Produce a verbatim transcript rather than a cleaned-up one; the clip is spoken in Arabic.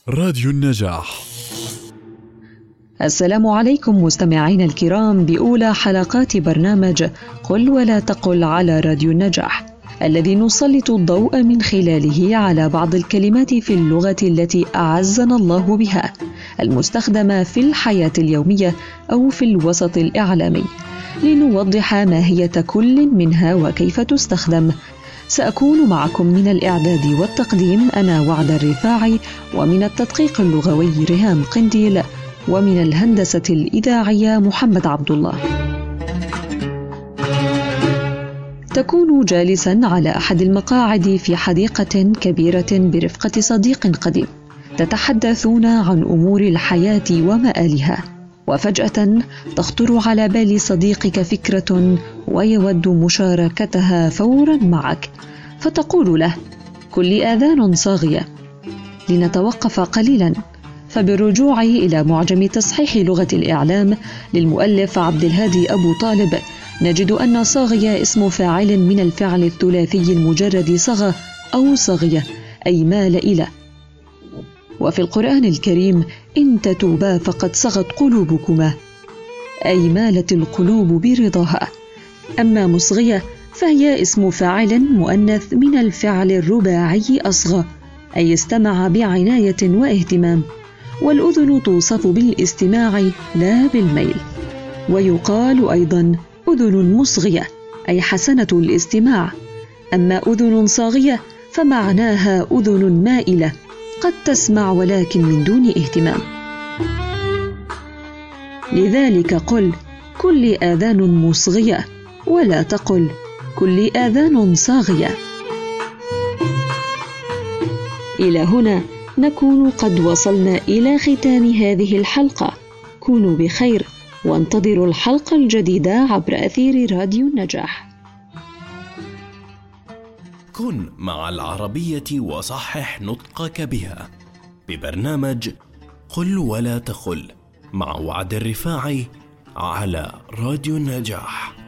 راديو النجاح. السلام عليكم مستمعينا الكرام بأولى حلقات برنامج قل ولا تقل على راديو النجاح، الذي نسلط الضوء من خلاله على بعض الكلمات في اللغة التي أعزنا الله بها، المستخدمة في الحياة اليومية أو في الوسط الإعلامي، لنوضح ماهية كل منها وكيف تستخدم. سأكون معكم من الإعداد والتقديم أنا وعد الرفاعي، ومن التدقيق اللغوي ريهام قنديل، ومن الهندسة الإذاعية محمد عبد الله. تكون جالسا على أحد المقاعد في حديقة كبيرة برفقة صديق قديم، تتحدثون عن أمور الحياة ومآلها، وفجأة تخطر على بال صديقك فكرة ويود مشاركتها فورا معك، فتقول له: كل آذان صاغية. لنتوقف قليلا، فبالرجوع إلى معجم تصحيح لغة الإعلام للمؤلف عبد الهادي أبو طالب، نجد أن صاغية اسم فاعل من الفعل الثلاثي المجرد صغى أو صغية، أي مال إلى. وفي القرآن الكريم: إن تتوبا فقد صغت قلوبكما، أي مالت القلوب برضاها. أما مصغية فهي اسم فاعل مؤنث من الفعل الرباعي أصغى، أي استمع بعناية واهتمام، والأذن توصف بالاستماع لا بالميل. ويقال أيضا أذن مصغية، أي حسنة الاستماع. أما أذن صاغية فمعناها أذن مائلة، قد تسمع ولكن من دون اهتمام. لذلك قل كل آذان مصغية، ولا تقل كل آذان صاغية. إلى هنا نكون قد وصلنا إلى ختام هذه الحلقة. كونوا بخير، وانتظروا الحلقة الجديدة عبر أثير راديو النجاح. كن مع العربية وصحح نطقك بها ببرنامج قل ولا تقل مع وعد الرفاعي على راديو النجاح.